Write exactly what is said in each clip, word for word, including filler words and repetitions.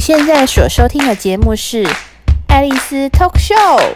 现在所收听的节目是爱丽丝 Talk Show。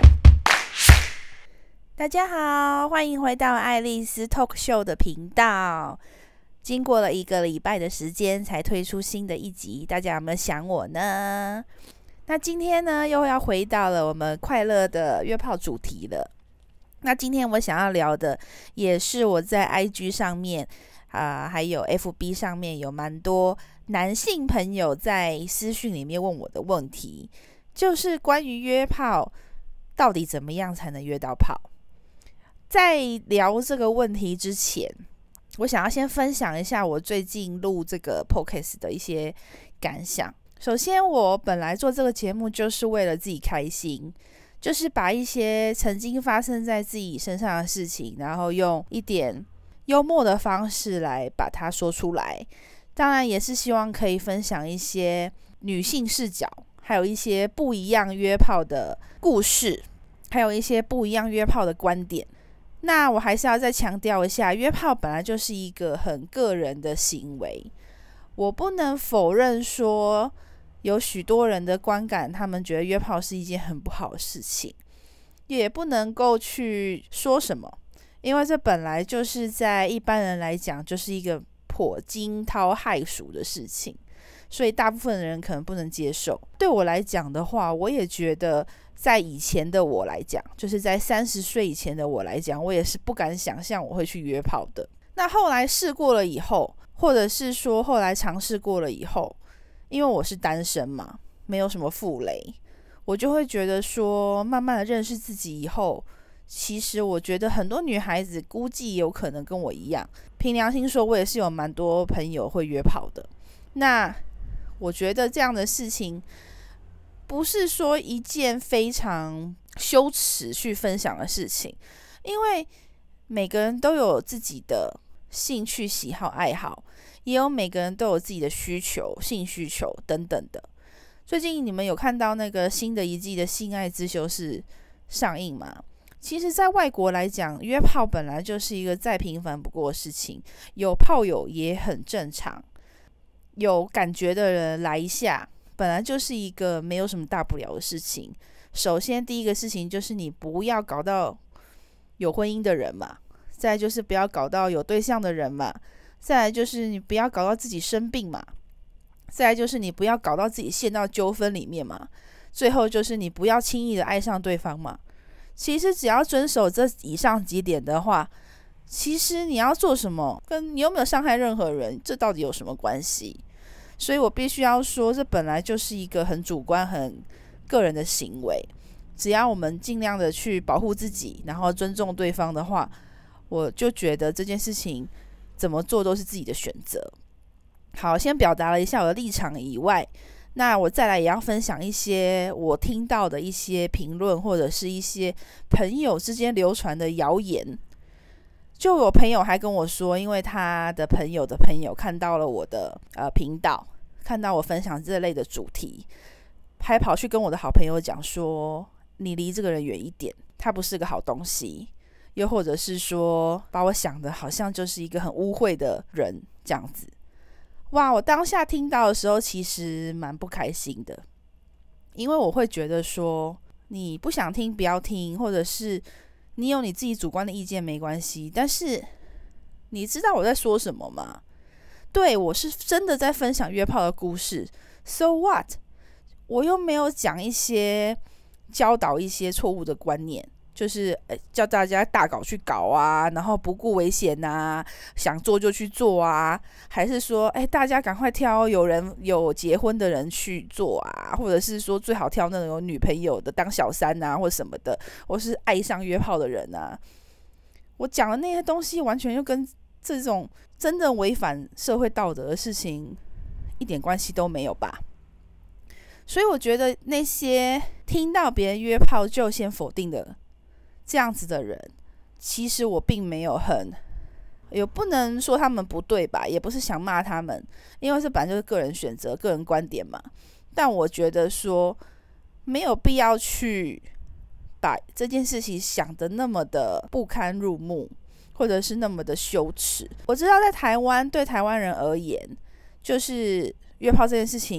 大家好，欢迎回到爱丽丝 Talk Show 的频道。经过了一个礼拜的时间才推出新的一集，大家有没有想我呢？那今天呢，又要回到了我们快乐的约炮主题了。那今天我想要聊的，也是我在 I G 上面啊、呃，还有 F B 上面有蛮多男性朋友在私讯里面问我的问题，就是关于约炮到底怎么样才能约到炮。在聊这个问题之前，我想要先分享一下我最近录这个 podcast 的一些感想。首先，我本来做这个节目就是为了自己开心，就是把一些曾经发生在自己身上的事情，然后用一点幽默的方式来把它说出来。当然也是希望可以分享一些女性视角，还有一些不一样约炮的故事，还有一些不一样约炮的观点。那我还是要再强调一下，约炮本来就是一个很个人的行为，我不能否认说有许多人的观感，他们觉得约炮是一件很不好的事情，也不能够去说什么，因为这本来就是在一般人来讲就是一个颇惊涛骇俗的事情，所以大部分的人可能不能接受。对我来讲的话，我也觉得在以前的我来讲，就是在三十岁以前的我来讲，我也是不敢想象我会去约炮的。那后来试过了以后，或者是说后来尝试过了以后，因为我是单身嘛，没有什么负累，我就会觉得说慢慢的认识自己以后，其实我觉得很多女孩子估计有可能跟我一样，凭良心说，我也是有蛮多朋友会约炮的。那我觉得这样的事情不是说一件非常羞耻去分享的事情，因为每个人都有自己的兴趣喜好爱好，也有每个人都有自己的需求性需求等等的。最近你们有看到那个新的一季的性爱自修室上映吗？其实在外国来讲，约炮本来就是一个再平凡不过的事情，有炮友也很正常，有感觉的人来一下本来就是一个没有什么大不了的事情。首先第一个事情就是你不要搞到有婚姻的人嘛，再来就是不要搞到有对象的人嘛，再来就是你不要搞到自己生病嘛，再来就是你不要搞到自己陷到纠纷里面嘛，最后就是你不要轻易的爱上对方嘛。其实只要遵守这以上几点的话，其实你要做什么跟你有没有伤害任何人，这到底有什么关系？所以我必须要说，这本来就是一个很主观很个人的行为，只要我们尽量的去保护自己，然后尊重对方的话，我就觉得这件事情怎么做都是自己的选择。好，先表达了一下我的立场以外，那我再来也要分享一些我听到的一些评论，或者是一些朋友之间流传的谣言。就有朋友还跟我说，因为他的朋友的朋友看到了我的呃频道，看到我分享这类的主题，还跑去跟我的好朋友讲说，你离这个人远一点，他不是个好东西。又或者是说把我想的好像就是一个很污秽的人这样子。哇，我当下听到的时候其实蛮不开心的，因为我会觉得说你不想听不要听，或者是你有你自己主观的意见没关系，但是你知道我在说什么吗？对，我是真的在分享约炮的故事 So what？ 我又没有讲一些教导一些错误的观念，就是叫大家大搞去搞啊，然后不顾危险啊，想做就去做啊，还是说哎，大家赶快挑有人有结婚的人去做啊，或者是说最好挑那种有女朋友的当小三啊，或什么的，或是爱上约炮的人啊。我讲的那些东西完全就跟这种真正违反社会道德的事情一点关系都没有吧。所以我觉得那些听到别人约炮就先否定的这样子的人，其实我并没有很，也不能说他们不对吧，也不是想骂他们，因为这本来就是个人选择个人观点嘛。但我觉得说没有必要去把这件事情想得那么的不堪入目，或者是那么的羞耻。我知道在台湾，对台湾人而言，就是约炮这件事情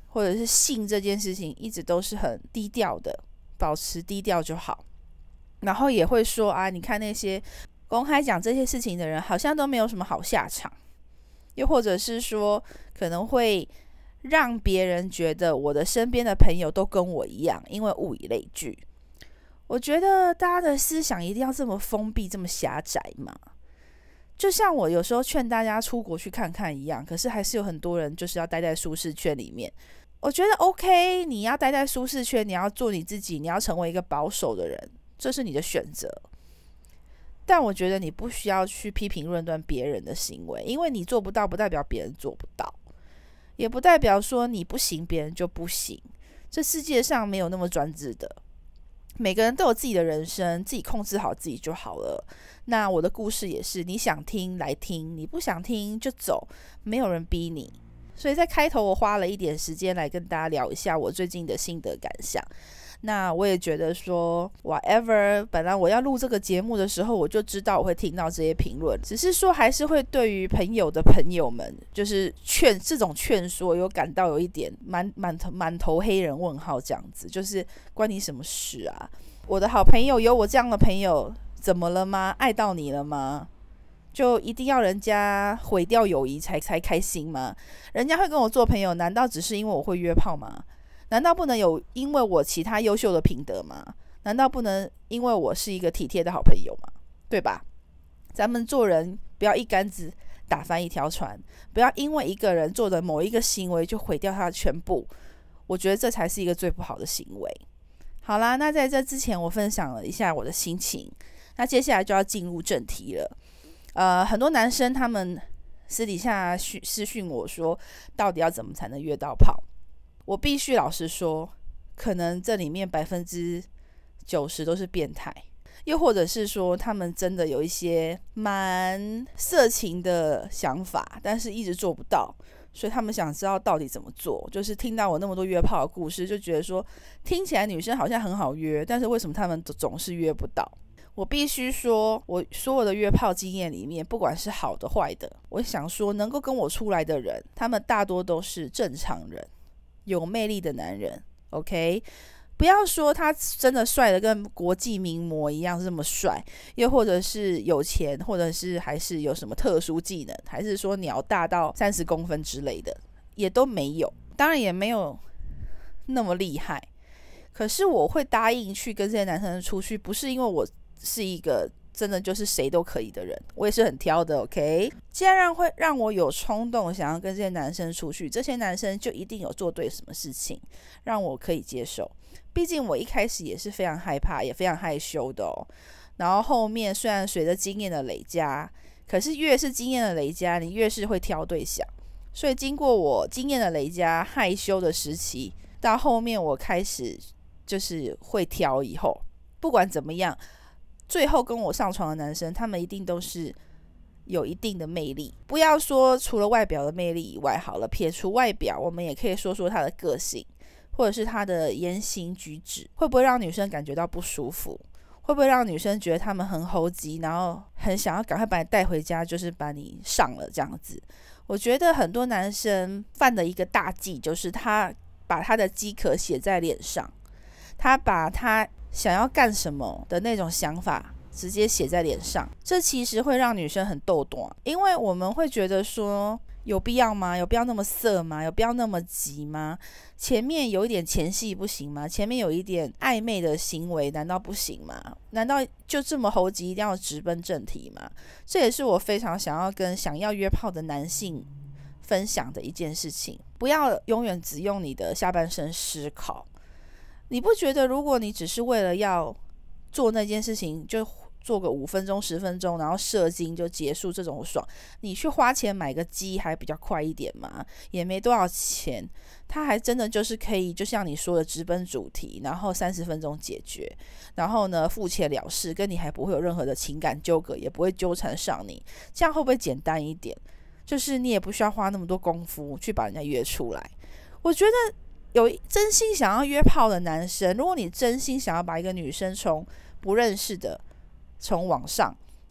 或者是性这件事情一直都是很低调的，保持低调就好。然后也会说啊，你看那些公开讲这些事情的人好像都没有什么好下场，又或者是说可能会让别人觉得我的身边的朋友都跟我一样，因为物以类聚。我觉得大家的思想一定要这么封闭这么狭窄吗？就像我有时候劝大家出国去看看一样，可是还是有很多人就是要待在舒适圈里面。我觉得 OK， 你要待在舒适圈，你要做你自己，你要成为一个保守的人，这是你的选择。但我觉得你不需要去批评论断别人的行为，因为你做不到不代表别人做不到，也不代表说你不行别人就不行。这世界上没有那么专制的，每个人都有自己的人生，自己控制好自己就好了。那我的故事也是，你想听来听，你不想听就走，没有人逼你。所以在开头我花了一点时间来跟大家聊一下我最近的心得感想。那我也觉得说 whatever， 本来我要录这个节目的时候我就知道我会听到这些评论，只是说还是会对于朋友的朋友们就是劝这种劝说有感到有一点满满头满头黑人问号，这样子就是关你什么事啊？我的好朋友有我这样的朋友怎么了吗？爱到你了吗？就一定要人家毁掉友谊才才开心吗？人家会跟我做朋友，难道只是因为我会约炮吗？难道不能有因为我其他优秀的品德吗？难道不能因为我是一个体贴的好朋友吗？对吧？咱们做人不要一竿子打翻一条船，不要因为一个人做的某一个行为就毁掉他的全部，我觉得这才是一个最不好的行为。好啦，那在这之前我分享了一下我的心情，那接下来就要进入正题了。呃，很多男生他们私底下私讯我说，到底要怎么才能约到炮？我必须老实说，可能这里面百分之九十都是变态，又或者是说他们真的有一些蛮色情的想法，但是一直做不到，所以他们想知道到底怎么做。就是听到我那么多约炮的故事，就觉得说听起来女生好像很好约，但是为什么他们总是约不到？我必须说，我所有的约炮经验里面，不管是好的坏的，我想说能够跟我出来的人，他们大多都是正常人，有魅力的男人。 OK， 不要说他真的帅的跟国际名模一样这么帅，又或者是有钱，或者是还是有什么特殊技能，还是说鸟大到三十公分之类的，也都没有，当然也没有那么厉害。可是我会答应去跟这些男生出去，不是因为我是一个真的就是谁都可以的人，我也是很挑的。 OK， 既然会让我有冲动想要跟这些男生出去，这些男生就一定有做对什么事情让我可以接受。毕竟我一开始也是非常害怕也非常害羞的哦。然后后面虽然随着经验的累加，可是越是经验的累加，你越是会挑对象。所以经过我经验的累加，害羞的时期到后面我开始就是会挑，以后不管怎么样，最后跟我上床的男生，他们一定都是有一定的魅力。不要说除了外表的魅力以外，好了，撇除外表，我们也可以说说他的个性，或者是他的言行举止，会不会让女生感觉到不舒服？会不会让女生觉得他们很猴急，然后很想要赶快把你带回家，就是把你上了这样子？我觉得很多男生犯的一个大忌，就是他把他的饥渴写在脸上，他把他想要干什么的那种想法直接写在脸上，这其实会让女生很斗短，因为我们会觉得说有必要吗？有必要那么色吗？有必要那么急吗？前面有一点前戏不行吗？前面有一点暧昧的行为难道不行吗？难道就这么猴急一定要直奔正题吗？这也是我非常想要跟想要约炮的男性分享的一件事情。不要永远只用你的下半身思考。你不觉得如果你只是为了要做那件事情，就做个五分钟十分钟然后射精就结束，这种爽，你去花钱买个鸡还比较快一点嘛，也没多少钱，它还真的就是可以就像你说的直奔主题，然后三十分钟解决，然后呢付钱了事，跟你还不会有任何的情感纠葛，也不会纠缠上你，这样会不会简单一点？就是你也不需要花那么多功夫去把人家约出来。我觉得有真心想要约炮的男生，如果你真心想要把一个女生从不认识的从网上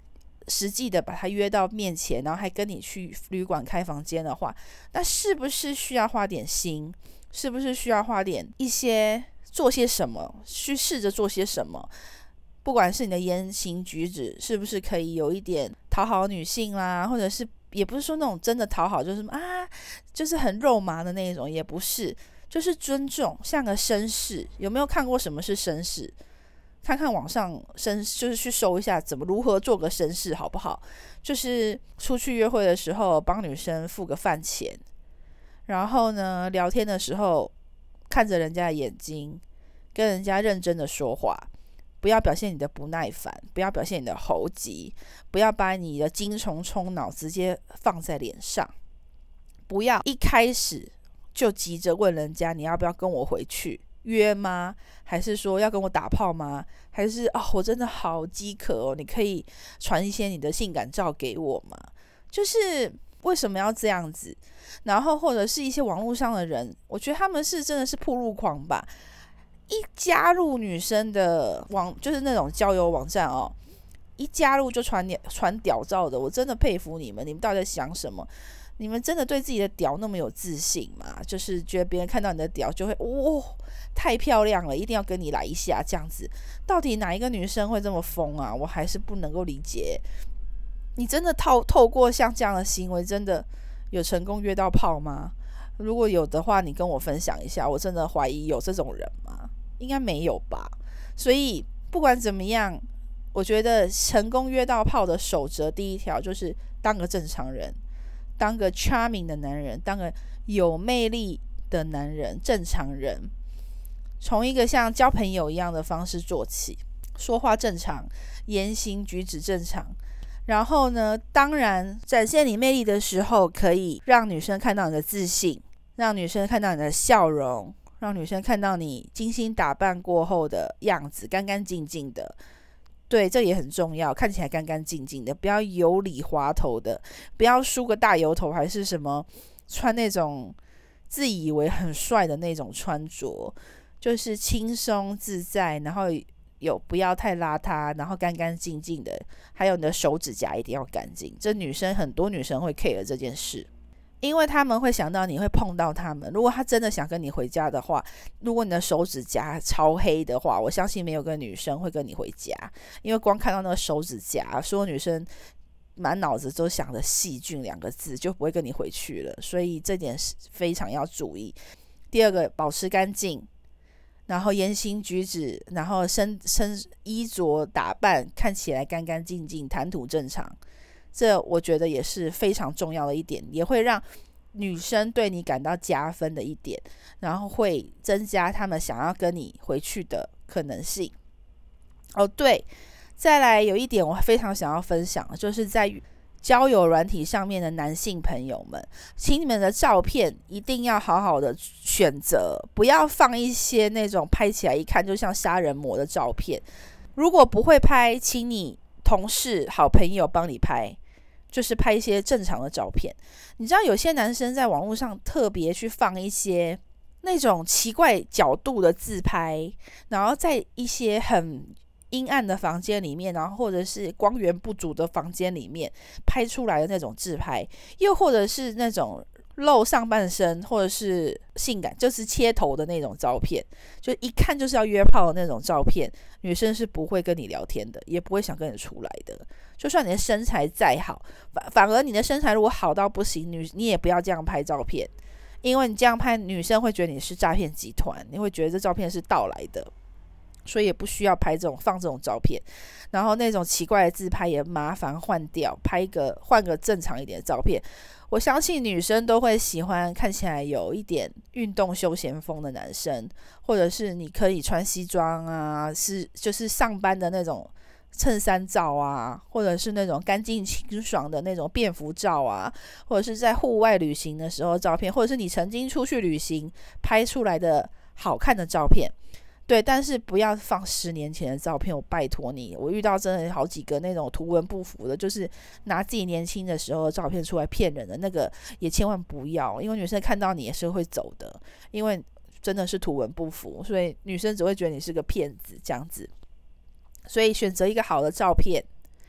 实际的把他约到面前，然后还跟你去旅馆开房间的话，那是不是需要花点心？是不是需要花点一些做些什么？去试着做些什么？不管是你的言行举止，是不是可以有一点讨好女性啦，或者是也不是说那种真的讨好，就是啊，就是很肉麻的那种，也不是，就是尊重，像个绅士。有没有看过什么是绅士？看看网上绅，就是去搜一下怎么如何做个绅士，好不好？就是出去约会的时候，帮女生付个饭钱，然后呢，聊天的时候看着人家的眼睛，跟人家认真的说话，不要表现你的不耐烦，不要表现你的猴急，不要把你的精虫充脑直接放在脸上，不要一开始就急着问人家你要不要跟我回去约吗？还是说要跟我打炮吗？还是哦，我真的好饥渴哦，你可以传一些你的性感照给我吗？就是为什么要这样子？然后或者是一些网络上的人，我觉得他们是真的是暴露狂吧。一加入女生的网，就是那种交友网站哦，一加入就传传屌照的，我真的佩服你们，你们到底在想什么？你们真的对自己的屌那么有自信吗？就是觉得别人看到你的屌就会哇、哦，太漂亮了，一定要跟你来一下这样子。到底哪一个女生会这么疯啊？我还是不能够理解。你真的透透过像这样的行为，真的有成功约到炮吗？如果有的话，你跟我分享一下。我真的怀疑有这种人吗？应该没有吧。所以不管怎么样，我觉得成功约到炮的守则第一条就是当个正常人，当个 charming 的男人，当个有魅力的男人，正常人，从一个像交朋友一样的方式做起，说话正常，言行举止正常。然后呢，当然展现你魅力的时候，可以让女生看到你的自信，让女生看到你的笑容，让女生看到你精心打扮过后的样子，干干净净的。对，这也很重要，看起来干干净净的，不要油里滑头的，不要梳个大油头，还是什么穿那种自以为很帅的那种穿着，就是轻松自在，然后有不要太邋遢，然后干干净净的，还有你的手指甲一定要干净。这女生很多女生会 care 这件事，因为他们会想到你会碰到他们。如果他真的想跟你回家的话，如果你的手指甲超黑的话，我相信没有个女生会跟你回家，因为光看到那个手指甲，所有女生满脑子都想着细菌两个字，就不会跟你回去了。所以这点是非常要注意。第二个，保持干净，然后言行举止，然后身身衣着打扮看起来干干净净，谈吐正常，这我觉得也是非常重要的一点，也会让女生对你感到加分的一点，然后会增加他们想要跟你回去的可能性。哦，对，再来有一点我非常想要分享，就是在交友软体上面的男性朋友们，请你们的照片一定要好好的选择，不要放一些那种拍起来一看就像杀人魔的照片。如果不会拍，请你同事好朋友帮你拍，就是拍一些正常的照片。你知道有些男生在网络上特别去放一些那种奇怪角度的自拍，然后在一些很阴暗的房间里面，然后或者是光源不足的房间里面拍出来的那种自拍，又或者是那种露上半身或者是性感就是切头的那种照片，就一看就是要约炮的那种照片，女生是不会跟你聊天的，也不会想跟你出来的。就算你的身材再好，反反而你的身材如果好到不行，女你也不要这样拍照片，因为你这样拍，女生会觉得你是诈骗集团，你会觉得这照片是盗来的，所以也不需要拍这种放这种照片。然后那种奇怪的自拍也麻烦换掉，拍一个换个正常一点的照片。我相信女生都会喜欢看起来有一点运动休闲风的男生，或者是你可以穿西装啊，是就是上班的那种衬衫照啊，或者是那种干净清爽的那种便服照啊，或者是在户外旅行的时候照片，或者是你曾经出去旅行拍出来的好看的照片。对，但是不要放十年前的照片，我拜托你。我遇到真的好几个那种图文不符的，就是拿自己年轻的时候的照片出来骗人的，那个也千万不要，因为女生看到你也是会走的，因为真的是图文不符，所以女生只会觉得你是个骗子这样子。所以选择一个好的照片，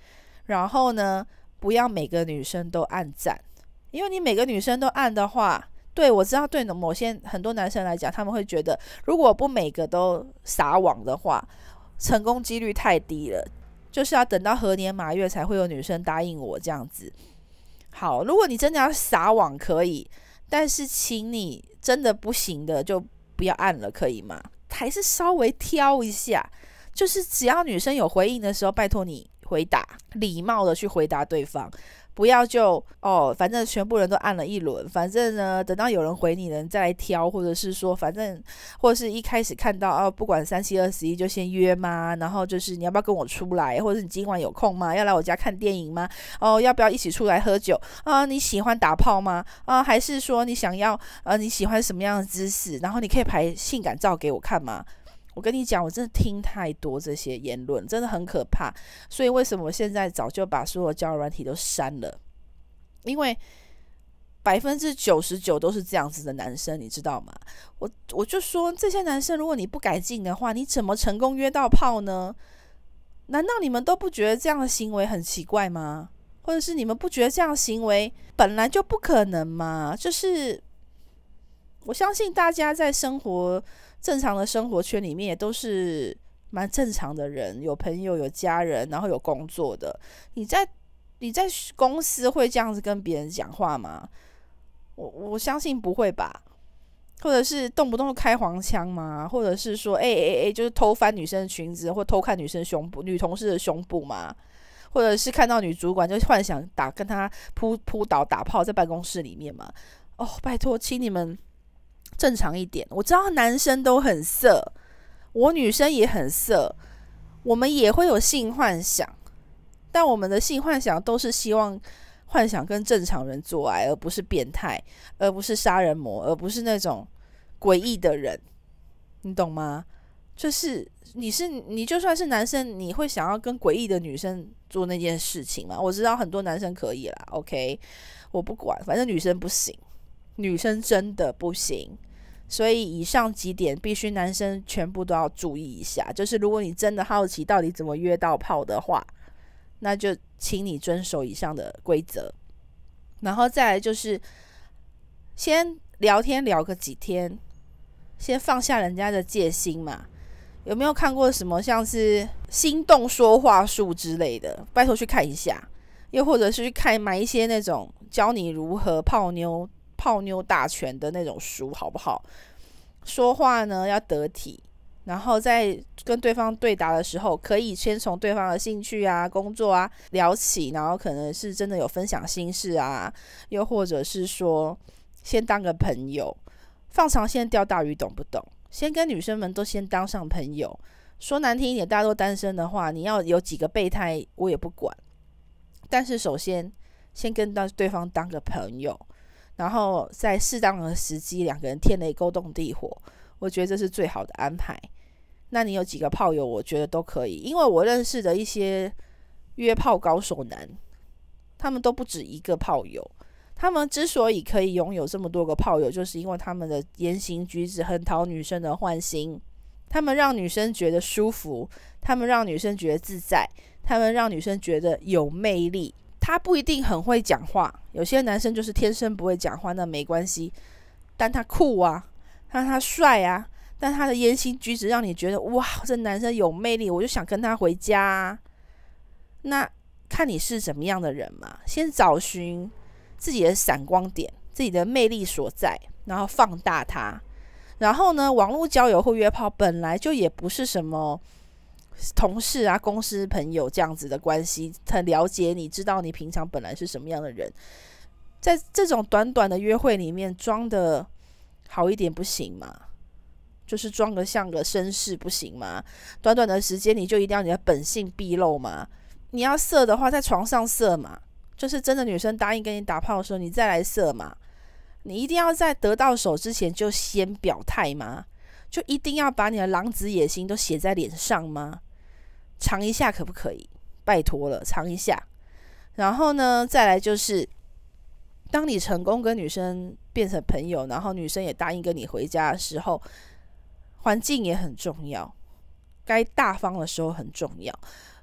然后呢，不要每个女生都按赞，因为你每个女生都按的话，对，我知道对某些很多男生来讲，他们会觉得如果不每个都撒网的话，成功几率太低了，就是要等到何年马月才会有女生答应我这样子。好，如果你真的要撒网可以，但是请你真的不行的就不要按了，可以吗？还是稍微挑一下，就是只要女生有回应的时候，拜托你回答，礼貌的去回答对方，不要就哦，反正全部人都按了一轮，反正呢，等到有人回你了，你再来挑，或者是说，反正或者是一开始看到哦，不管三七二十一就先约吗？然后就是你要不要跟我出来，或者是你今晚有空吗？要来我家看电影吗？哦，要不要一起出来喝酒啊？你喜欢打炮吗？啊，还是说你想要呃你喜欢什么样的姿势？然后你可以拍性感照给我看吗？我跟你讲，我真的听太多这些言论，真的很可怕。所以为什么我现在早就把所有交友软体都删了？因为百分之九十九都是这样子的男生，你知道吗？我我就说这些男生，如果你不改进的话，你怎么成功约到炮呢？难道你们都不觉得这样的行为很奇怪吗？或者是你们不觉得这样的行为本来就不可能吗？就是我相信大家在生活正常的生活圈里面也都是蛮正常的人，有朋友有家人，然后有工作的。你在你在公司会这样子跟别人讲话吗？我我相信不会吧。或者是动不动就开黄腔吗？或者是说哎哎哎，就是偷翻女生的裙子，或偷看女生胸部、女同事的胸部吗？或者是看到女主管就幻想打跟她扑扑倒打炮在办公室里面吗？哦，拜托，请你们正常一点。我知道男生都很色，我女生也很色，我们也会有性幻想，但我们的性幻想都是希望幻想跟正常人做爱，而不是变态，而不是杀人魔，而不是那种诡异的人，你懂吗？就是你是你就算是男生，你会想要跟诡异的女生做那件事情吗？我知道很多男生可以啦 OK， 我不管，反正女生不行，女生真的不行。所以以上几点必须男生全部都要注意一下，就是如果你真的好奇到底怎么约到炮的话，那就请你遵守以上的规则。然后再来就是先聊天聊个几天，先放下人家的戒心嘛。有没有看过什么像是心动说话术之类的？拜托去看一下。又或者是去看买一些那种教你如何泡妞泡妞大全的那种书，好不好？说话呢要得体，然后在跟对方对答的时候，可以先从对方的兴趣啊、工作啊聊起，然后可能是真的有分享心事啊，又或者是说先当个朋友，放长线钓大鱼，懂不懂？先跟女生们都先当上朋友。说难听一点，大家都单身的话，你要有几个备胎我也不管，但是首先先跟到对方当个朋友，然后在适当的时机两个人天雷勾动地火，我觉得这是最好的安排。那你有几个炮友我觉得都可以，因为我认识的一些约炮高手男，他们都不止一个炮友，他们之所以可以拥有这么多个炮友，就是因为他们的言行举止很讨女生的欢心，他们让女生觉得舒服，他们让女生觉得自在，他们让女生觉得有魅力。他不一定很会讲话，有些男生就是天生不会讲话，那没关系，但他酷啊，但他帅啊，但他的言行举止让你觉得哇，这男生有魅力，我就想跟他回家啊。那看你是怎么样的人嘛，先找寻自己的闪光点，自己的魅力所在，然后放大它。然后呢，网络交友或约炮本来就也不是什么同事啊、公司朋友这样子的关系，很了解你，知道你平常本来是什么样的人，在这种短短的约会里面装的好一点不行吗？就是装个像个绅士不行吗？短短的时间你就一定要你的本性毕露吗？你要色的话在床上色嘛，就是真的女生答应跟你打炮的时候你再来色嘛。你一定要在得到手之前就先表态吗？就一定要把你的狼子野心都写在脸上吗？尝一下可不可以？拜托了，尝一下。然后呢，再来就是当你成功跟女生变成朋友，然后女生也答应跟你回家的时候，环境也很重要，该大方的时候很重要。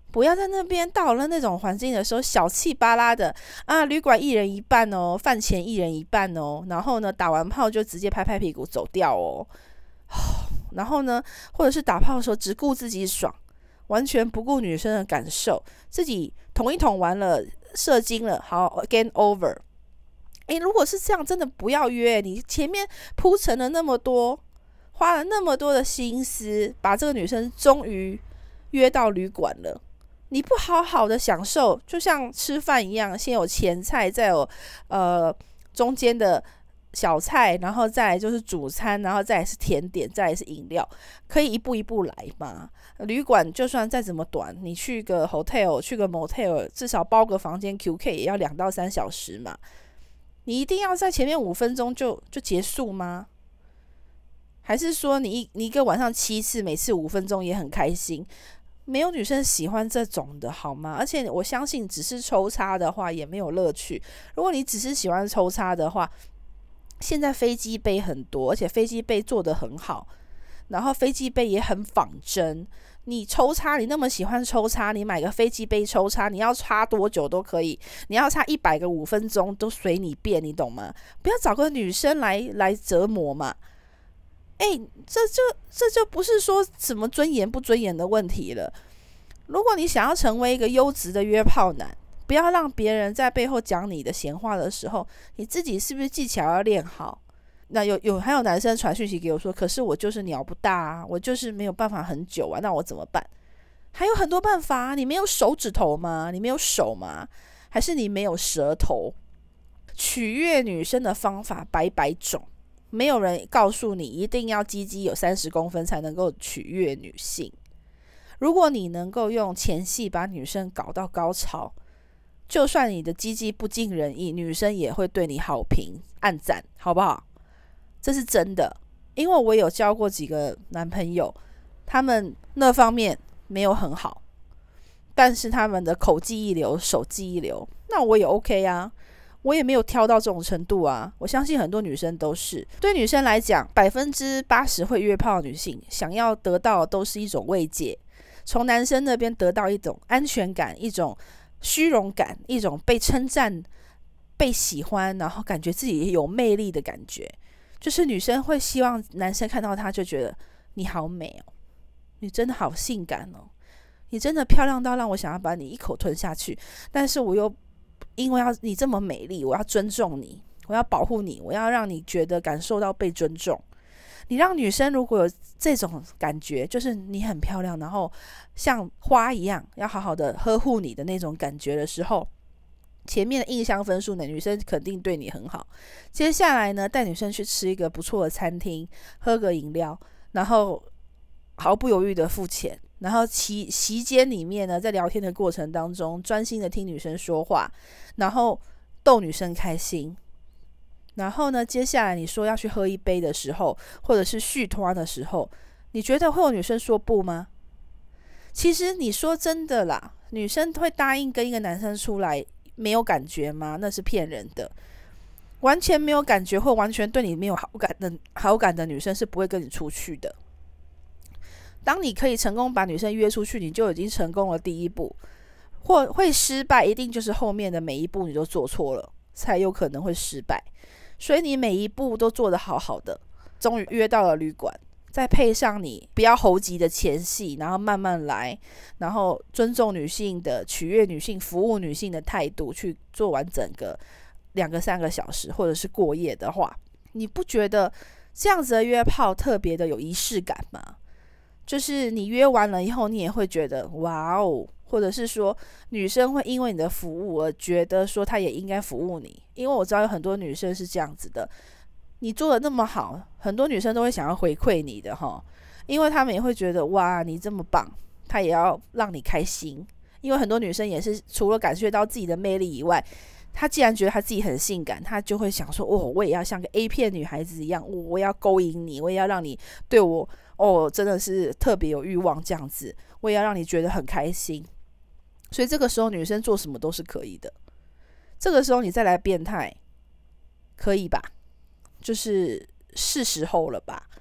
不要在那边到了那种环境的时候小气巴拉的啊，旅馆一人一半哦，饭钱一人一半哦，然后呢打完炮就直接拍拍屁股走掉哦，然后呢或者是打炮的时候只顾自己爽，完全不顾女生的感受，自己捅一捅完了射精了，好 game over。 诶，如果是这样真的不要约，你前面铺陈了那么多，花了那么多的心思，把这个女生终于约到旅馆了，你不好好的享受，就像吃饭一样，先有前菜，再有呃中间的小菜，然后再来就是主餐，然后再来是甜点，再来是饮料，可以一步一步来嘛。旅馆就算再怎么短，你去个 hotel 去个 motel 至少包个房间 Q K 也要两到三小时嘛，你一定要在前面五分钟就就结束吗？还是说你一你一个晚上七次，每次五分钟也很开心？没有女生喜欢这种的好吗？而且我相信只是抽插的话也没有乐趣。如果你只是喜欢抽插的话，现在飞机杯很多，而且飞机杯做得很好，然后飞机杯也很仿真。你抽插，你那么喜欢抽插，你买个飞机杯抽插，你要插多久都可以，你要插一百个五分钟都随你便，你懂吗？不要找个女生来来折磨嘛。哎，这就这就不是说什么尊严不尊严的问题了。如果你想要成为一个优质的约炮男，不要让别人在背后讲你的闲话的时候，你自己是不是技巧要练好？那有有还有男生传讯息给我说，可是我就是鸟不大啊，我就是没有办法很久啊，那我怎么办？还有很多办法啊，你没有手指头吗？你没有手吗？还是你没有舌头？取悦女生的方法百百种，没有人告诉你一定要鸡鸡有三十公分才能够取悦女性。如果你能够用前戏把女生搞到高潮，就算你的鸡鸡不尽人意，女生也会对你好评按赞，好不好？这是真的，因为我有交过几个男朋友，他们那方面没有很好，但是他们的口技一流，手技一流，那我也 OK 啊，我也没有挑到这种程度啊。我相信很多女生都是，对女生来讲，百分之八十会约炮的女性想要得到的都是一种慰藉，从男生那边得到一种安全感，一种虚荣感，一种被称赞、被喜欢，然后感觉自己有魅力的感觉。就是女生会希望男生看到她就觉得你好美哦，你真的好性感哦，你真的漂亮到让我想要把你一口吞下去，但是我又因为要你这么美丽，我要尊重你，我要保护你，我要让你觉得感受到被尊重。你让女生如果有这种感觉，就是你很漂亮，然后像花一样要好好的呵护你的那种感觉的时候，前面的印象分数呢，女生肯定对你很好。接下来呢，带女生去吃一个不错的餐厅，喝个饮料，然后毫不犹豫的付钱，然后期席间里面呢，在聊天的过程当中，专心的听女生说话，然后逗女生开心。然后呢，接下来你说要去喝一杯的时候，或者是续托的时候，你觉得会有女生说不吗？其实你说真的啦，女生会答应跟一个男生出来没有感觉吗？那是骗人的。完全没有感觉或完全对你没有好感的好感的女生是不会跟你出去的。当你可以成功把女生约出去，你就已经成功了第一步。或会失败，一定就是后面的每一步你都做错了，才有可能会失败。所以你每一步都做得好好的，终于约到了旅馆，再配上你不要猴急的前戏，然后慢慢来，然后尊重女性的取悦女性服务女性的态度去做完整个两个三个小时或者是过夜的话，你不觉得这样子的约炮特别的有仪式感吗？就是你约完了以后，你也会觉得哇哦，或者是说女生会因为你的服务而觉得说她也应该服务你。因为我知道有很多女生是这样子的，你做的那么好，很多女生都会想要回馈你的齁，因为她们也会觉得哇你这么棒，她也要让你开心。因为很多女生也是除了感觉到自己的魅力以外，她既然觉得她自己很性感，她就会想说哦，我也要像个 A 片女孩子一样，我我要勾引你，我也要让你对我哦真的是特别有欲望这样子，我也要让你觉得很开心。所以这个时候女生做什么都是可以的。这个时候你再来变态可以吧，就是是时候了吧。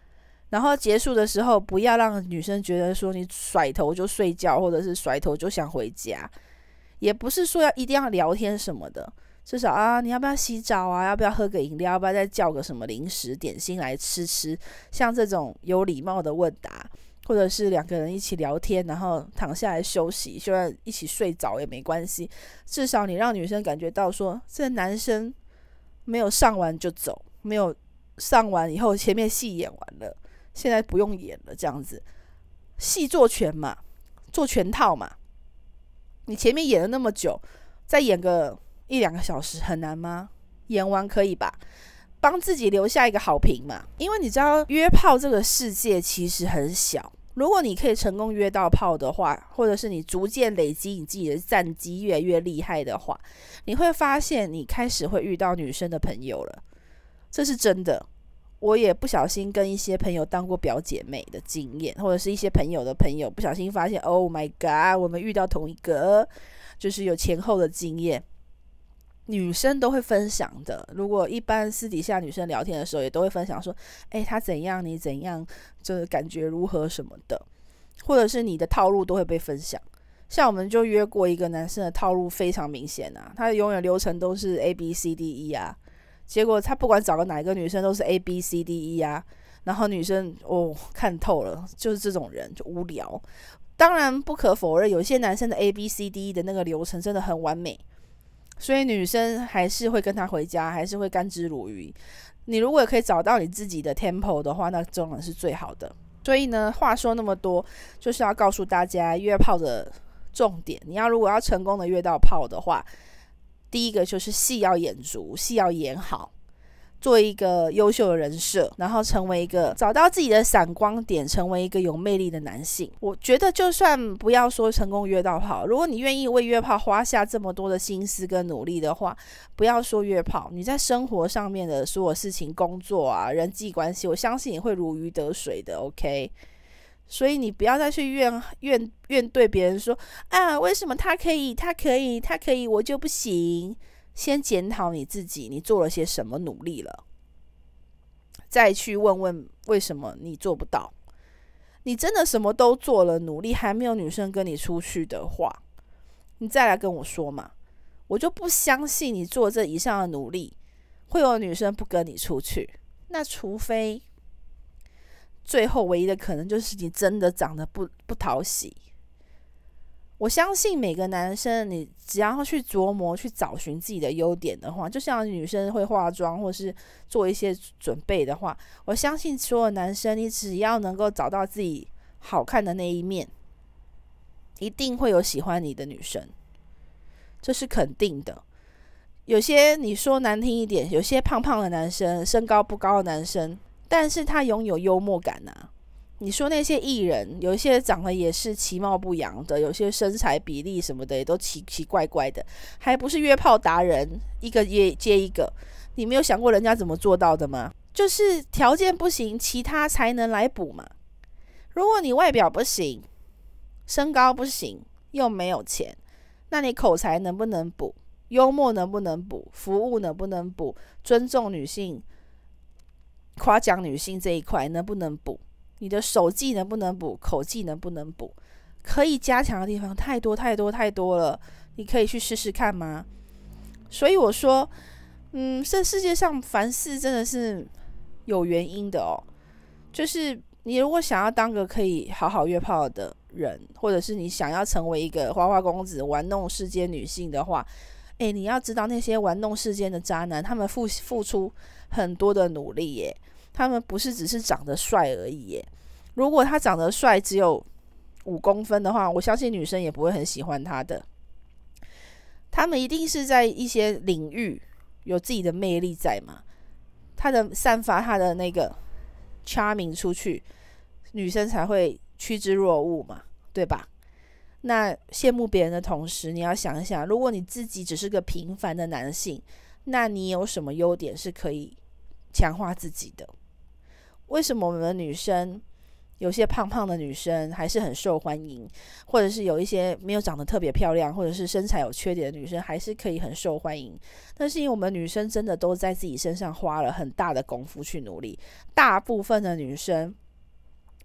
然后结束的时候不要让女生觉得说你甩头就睡觉，或者是甩头就想回家，也不是说要一定要聊天什么的，至少啊你要不要洗澡啊，要不要喝个饮料，要不要再叫个什么零食点心来吃吃，像这种有礼貌的问答，或者是两个人一起聊天，然后躺下来休息，就算一起睡着也没关系，至少你让女生感觉到说这男生没有上完就走，没有上完以后前面戏演完了，现在不用演了，这样子戏做全嘛，做全套嘛。你前面演了那么久，再演个一两个小时很难吗？演完可以吧，帮自己留下一个好评嘛。因为你知道约炮这个世界其实很小，如果你可以成功约到炮的话，或者是你逐渐累积你自己的战绩越来越厉害的话，你会发现你开始会遇到女生的朋友了，这是真的。我也不小心跟一些朋友当过表姐妹的经验，或者是一些朋友的朋友不小心发现 Oh my god 我们遇到同一个，就是有前后的经验，女生都会分享的。如果一般私底下女生聊天的时候也都会分享说哎，他怎样你怎样，就是感觉如何什么的，或者是你的套路都会被分享。像我们就约过一个男生的套路非常明显啊，他永远流程都是 A B C D E 啊，结果他不管找个哪个女生都是 A B C D E 啊，然后女生哦看透了，就是这种人就无聊。当然不可否认有些男生的 A B C D E 的那个流程真的很完美，所以女生还是会跟他回家，还是会甘之如饴。你如果可以找到你自己的 tempo 的话，那当然是最好的。所以呢，话说那么多，就是要告诉大家约炮的重点。你要如果要成功的约到炮的话，第一个就是戏要演足，戏要演好，做一个优秀的人设，然后成为一个找到自己的闪光点，成为一个有魅力的男性。我觉得就算不要说成功约到炮，如果你愿意为约炮花下这么多的心思跟努力的话，不要说约炮，你在生活上面的所有事情，工作啊人际关系，我相信你会如鱼得水的 OK。所以你不要再去怨怨怨对别人说啊，为什么他可以他可以他可以我就不行。先检讨你自己，你做了些什么努力了，再去问问为什么你做不到。你真的什么都做了，努力还没有女生跟你出去的话，你再来跟我说嘛。我就不相信你做这以上的努力会有女生不跟你出去。那除非最后唯一的可能就是你真的长得不不讨喜。我相信每个男生，你只要去琢磨去找寻自己的优点的话，就像女生会化妆或是做一些准备的话，我相信所有男生你只要能够找到自己好看的那一面，一定会有喜欢你的女生，这是肯定的。有些你说难听一点，有些胖胖的男生，身高不高的男生，但是他拥有幽默感啊。你说那些艺人，有一些长得也是其貌不扬的，有些身材比例什么的也都奇奇怪怪的，还不是约炮达人，一个接接一个。你没有想过人家怎么做到的吗？就是条件不行，其他才能来补嘛。如果你外表不行，身高不行，又没有钱，那你口才能不能补？幽默能不能补？服务能不能补？尊重女性、夸奖女性这一块能不能补？你的手技能不能补？口技能不能补？可以加强的地方太多太多太多了，你可以去试试看吗？所以我说，嗯，这世界上凡事真的是有原因的哦。就是你如果想要当个可以好好约炮的人，或者是你想要成为一个花花公子玩弄世间女性的话，诶，你要知道那些玩弄世间的渣男，他们付付出很多的努力耶。他们不是只是长得帅而已耶。如果他长得帅只有五公分的话，我相信女生也不会很喜欢他的。他们一定是在一些领域有自己的魅力在嘛，他的散发他的那个 charming 出去，女生才会趋之若鹜嘛，对吧？那羡慕别人的同时，你要想一想，如果你自己只是个平凡的男性，那你有什么优点是可以强化自己的？为什么我们的女生有些胖胖的女生还是很受欢迎，或者是有一些没有长得特别漂亮或者是身材有缺点的女生还是可以很受欢迎？但是因为我们女生真的都在自己身上花了很大的功夫去努力。大部分的女生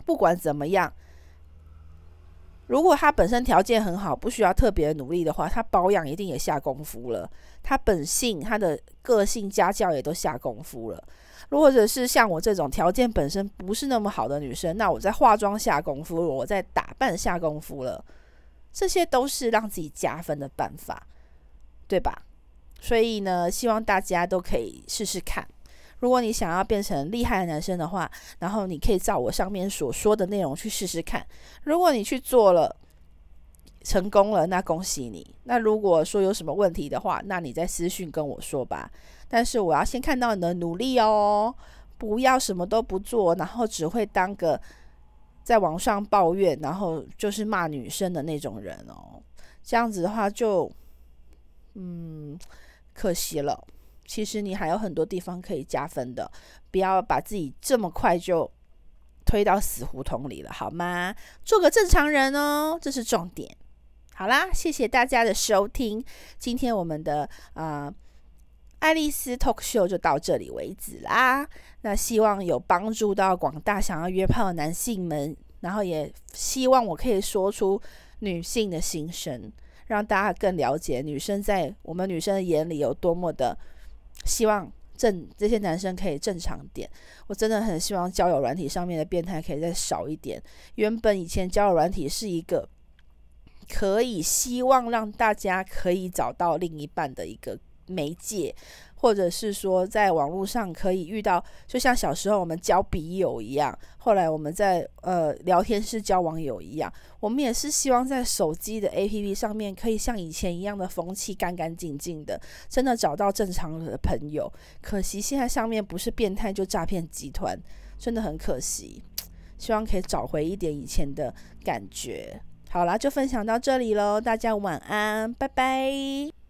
不管怎么样，如果他本身条件很好，不需要特别努力的话，他保养一定也下功夫了，他本性、他的个性、家教也都下功夫了。或者是像我这种条件本身不是那么好的女生，那我在化妆下功夫了，我在打扮下功夫了，这些都是让自己加分的办法，对吧？所以呢，希望大家都可以试试看。如果你想要变成厉害的男生的话，然后你可以照我上面所说的内容去试试看。如果你去做了，成功了，那恭喜你。那如果说有什么问题的话，那你再私讯跟我说吧。但是我要先看到你的努力哦，不要什么都不做，然后只会当个在网上抱怨，然后就是骂女生的那种人哦。这样子的话就，嗯，可惜了。其实你还有很多地方可以加分的，不要把自己这么快就推到死胡同里了，好吗？做个正常人哦，这是重点。好啦，谢谢大家的收听，今天我们的呃爱丽丝 Talk Show 就到这里为止啦。那希望有帮助到广大想要约炮的男性们，然后也希望我可以说出女性的心声，让大家更了解女生在我们女生的眼里有多么的希望正这些男生可以正常点。我真的很希望交友软体上面的变态可以再少一点。原本以前交友软体是一个可以希望让大家可以找到另一半的一个媒介，或者是说在网络上可以遇到，就像小时候我们交笔友一样，后来我们在呃聊天室交网友一样，我们也是希望在手机的 A P P 上面可以像以前一样的风气干干净净的，真的找到正常的朋友。可惜现在上面不是变态就诈骗集团，真的很可惜。希望可以找回一点以前的感觉。好啦，就分享到这里咯，大家晚安，拜拜。